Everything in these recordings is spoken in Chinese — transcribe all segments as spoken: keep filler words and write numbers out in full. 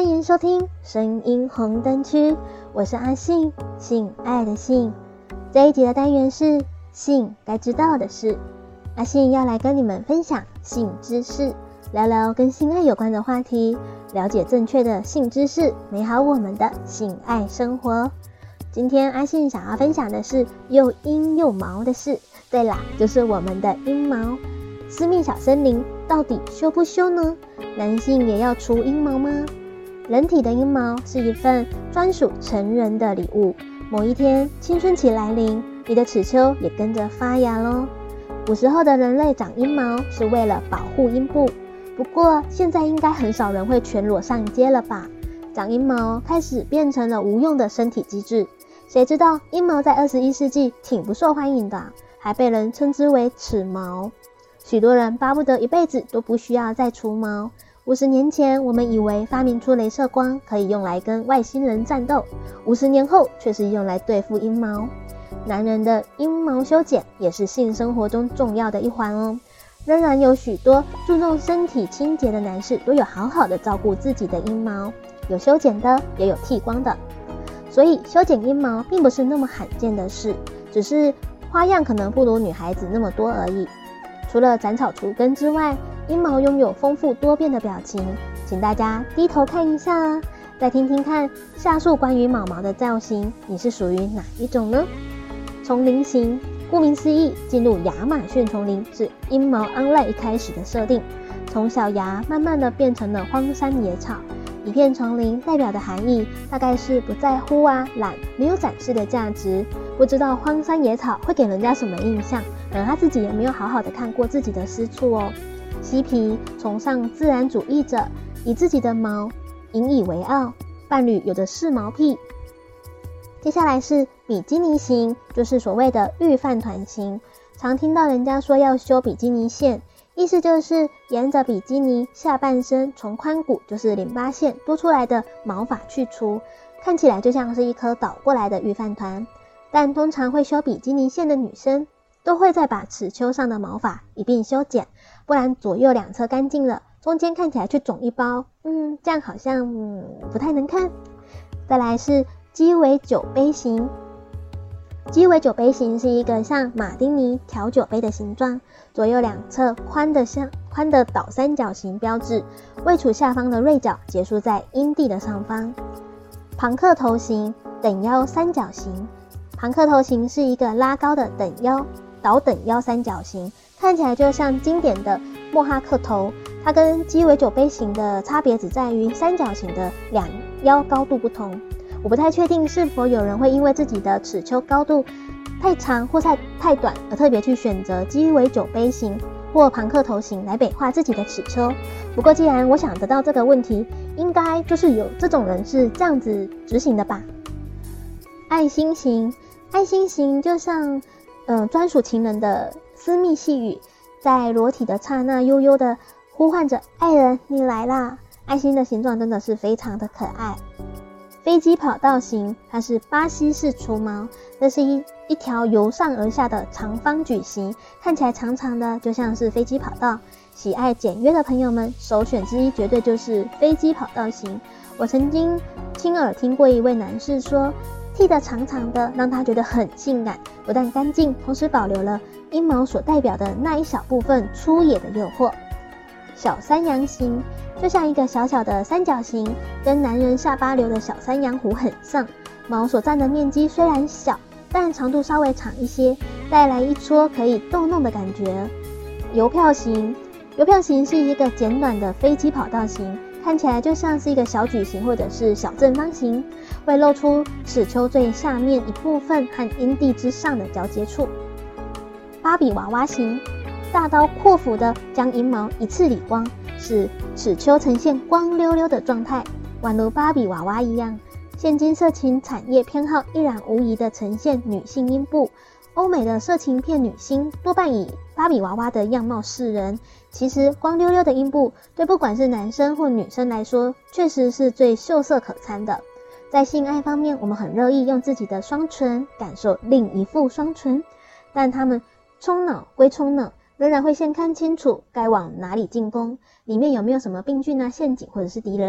欢迎收听声音红灯区，我是阿信，性爱的性。这一集的单元是性该知道的事，阿信要来跟你们分享性知识，聊聊跟性爱有关的话题，了解正确的性知识，美好我们的性爱生活。今天阿信想要分享的是又阴又毛的事，对啦，就是我们的阴毛。私密小森林到底修不修呢？男性也要除阴毛吗？人体的阴毛是一份专属成人的礼物，某一天青春期来临，你的齿丘也跟着发芽咯。古时候的人类长阴毛是为了保护阴部，不过现在应该很少人会全裸上街了吧？长阴毛开始变成了无用的身体机制，谁知道阴毛在二十一世纪挺不受欢迎的，还被人称之为齿毛。许多人巴不得一辈子都不需要再除毛。五十年前，我们以为发明出雷射光可以用来跟外星人战斗，五十年后却是用来对付阴毛。男人的阴毛修剪也是性生活中重要的一环哦。仍然有许多注重身体清洁的男士都有好好的照顾自己的阴毛，有修剪的，也有剃光的。所以修剪阴毛并不是那么罕见的事，只是花样可能不如女孩子那么多而已。除了斩草除根之外，阴毛拥有丰富多变的表情，请大家低头看一下啊，再听听看下述关于毛毛的造型，你是属于哪一种呢？丛林型，顾名思义，进入亚马逊丛林是阴毛 Online 一开始的设定，从小芽慢慢的变成了荒山野草。一片丛林代表的含义大概是不在乎啊、懒，没有展示的价值。不知道荒山野草会给人家什么印象，可能他自己也没有好好的看过自己的私处哦。嬉皮，崇尚自然主义者，以自己的毛引以为傲，伴侣有着视毛癖。接下来是比基尼型，就是所谓的御饭团型，常听到人家说要修比基尼线，意思就是沿着比基尼下半身从髋骨，就是淋巴线多出来的毛发去除，看起来就像是一颗倒过来的御饭团。但通常会修比基尼线的女生都会再把齿丘上的毛发一并修剪，不然左右两侧干净了，中间看起来却肿一包，嗯，这样好像嗯不太能看。再来是鸡尾酒杯型，鸡尾酒杯型是一个像马丁尼调酒杯的形状，左右两侧宽的像宽的倒三角形标志，位处下方的锐角结束在阴蒂的上方。庞克头型，等腰三角形，庞克头型是一个拉高的等腰倒等腰三角形，看起来就像经典的莫哈克头。它跟鸡尾酒杯型的差别只在于三角形的两腰高度不同。我不太确定是否有人会因为自己的齿丘高度太长或太太短而特别去选择鸡尾酒杯型或庞克头型来美化自己的齿丘。不过既然我想得到这个问题，应该就是有这种人是这样子执行的吧。爱心型，爱心型就像呃专属情人的私密细语，在裸体的刹那悠悠的呼唤着爱人你来啦。爱心的形状真的是非常的可爱。飞机跑道型，它是巴西式除毛，这是一一条由上而下的长方矩形，看起来长长的，就像是飞机跑道。喜爱简约的朋友们，首选之一绝对就是飞机跑道型。我曾经亲耳听过一位男士说，剃得长长的让他觉得很性感，不但干净，同时保留了阴毛所代表的那一小部分粗野的诱惑。小山羊型，就像一个小小的三角形，跟男人下巴留的小山羊胡很像。毛所占的面积虽然小，但长度稍微长一些，带来一撮可以逗弄的感觉。邮票型，邮票型是一个简短的飞机跑道型，看起来就像是一个小矩形或者是小正方形，会露出齿丘最下面一部分和阴蒂之上的交接处。芭比娃娃型，大刀阔斧的将阴毛一次理光，使齿丘呈现光溜溜的状态，宛如芭比娃娃一样。现今色情产业偏好一览无遗的呈现女性阴部，欧美的色情片女星多半以芭比娃娃的样貌示人。其实光溜溜的阴部对不管是男生或女生来说，确实是最秀色可餐的。在性爱方面，我们很乐意用自己的双唇感受另一副双唇，但他们冲脑归冲脑，仍然会先看清楚该往哪里进攻，里面有没有什么病菌啊、陷阱或者是敌人。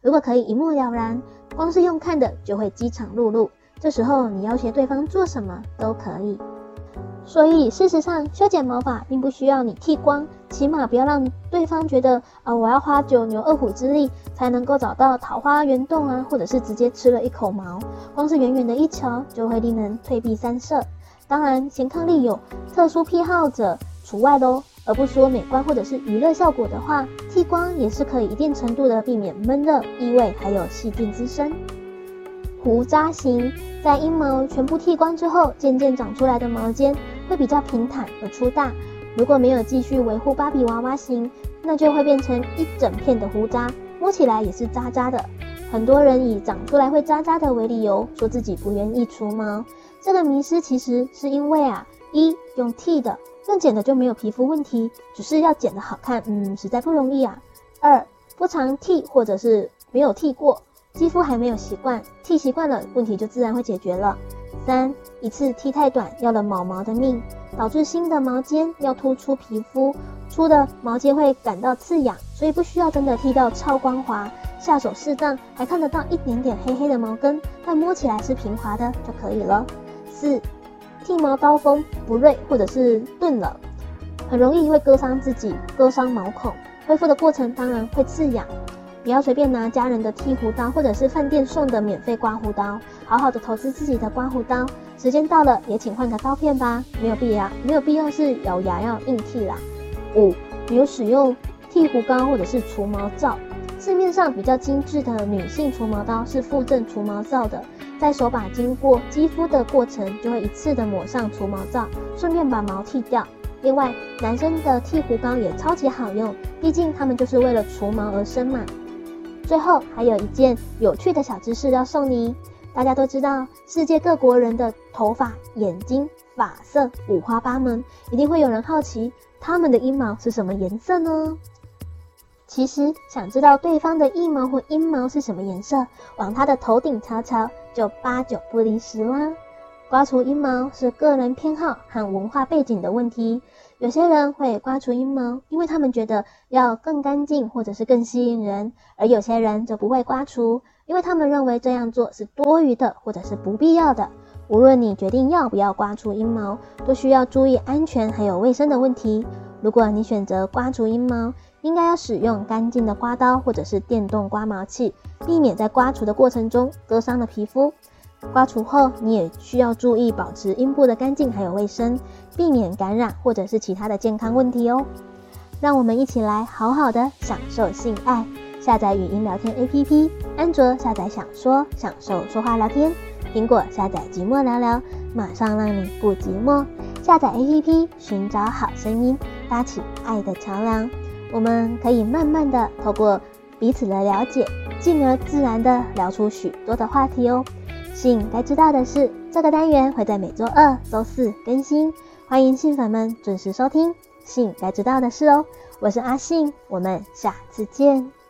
如果可以一目了然，光是用看的就会饥肠辘辘，这时候你要挟对方做什么都可以。所以事实上，修剪毛发并不需要你剃光，起码不要让对方觉得啊，我要花九牛二虎之力才能够找到桃花源洞啊，或者是直接吃了一口毛，光是远远的一瞧就会令人退避三舍。当然，贤伉俪有特殊癖好者除外咯，而不说美观或者是娱乐效果的话，剃光也是可以一定程度的避免闷热、异味还有细菌滋生。胡渣型，在阴毛全部剃光之后，渐渐长出来的毛尖会比较平坦而粗大，如果没有继续维护芭比娃娃型，那就会变成一整片的胡渣，摸起来也是渣渣的。很多人以长出来会渣渣的为理由，说自己不愿意除毛。这个迷思其实是因为啊，一用剃的，用剪的就没有皮肤问题，只是要剪得好看，嗯，实在不容易啊。二不常剃或者是没有剃过，肌肤还没有习惯，剃习惯了，问题就自然会解决了。三一次剃太短，要了毛毛的命，导致新的毛尖要突出皮肤，粗的毛尖会感到刺痒，所以不需要真的剃到超光滑，下手适当，还看得到一点点黑黑的毛根，但摸起来是平滑的就可以了。四剃毛刀锋不锐或者是钝了，很容易会割伤自己，割伤毛孔，恢复的过程当然会刺痒。不要随便拿家人的剃胡刀或者是饭店送的免费刮胡刀，好好的投资自己的刮胡刀，时间到了也请换个刀片吧，没有必要没有必要是咬牙要硬剃啦。五没有使用剃胡膏或者是除毛皂，市面上比较精致的女性除毛刀是附赠除毛皂的，在手把经过肌肤的过程，就会一次的抹上除毛皂，顺便把毛剃掉。另外，男生的剃胡膏也超级好用，毕竟他们就是为了除毛而生嘛。最后还有一件有趣的小知识要送你，大家都知道，世界各国人的头发、眼睛、发色五花八门，一定会有人好奇，他们的阴毛是什么颜色呢？其实想知道对方的腋毛或阴毛是什么颜色，往他的头顶瞧瞧，就八九不离十啦。刮除阴毛是个人偏好和文化背景的问题，有些人会刮除阴毛，因为他们觉得要更干净或者是更吸引人，而有些人则不会刮除，因为他们认为这样做是多余的或者是不必要的。无论你决定要不要刮除阴毛，都需要注意安全还有卫生的问题。如果你选择刮除阴毛，应该要使用干净的刮刀或者是电动刮毛器，避免在刮除的过程中割伤了皮肤。刮除后，你也需要注意保持阴部的干净还有卫生，避免感染或者是其他的健康问题哦。让我们一起来好好的享受性爱。下载语音聊天 A P P， 安卓下载享说，享受说话聊天；苹果下载寂寞聊聊，马上让你不寂寞。下载 A P P， 寻找好声音，搭起爱的桥梁。我们可以慢慢的透过彼此的了解，进而自然的聊出许多的话题哦。性该知道的事，这个单元会在每周二、周四更新，欢迎性粉们准时收听性该知道的事哦。我是阿信，我们下次见。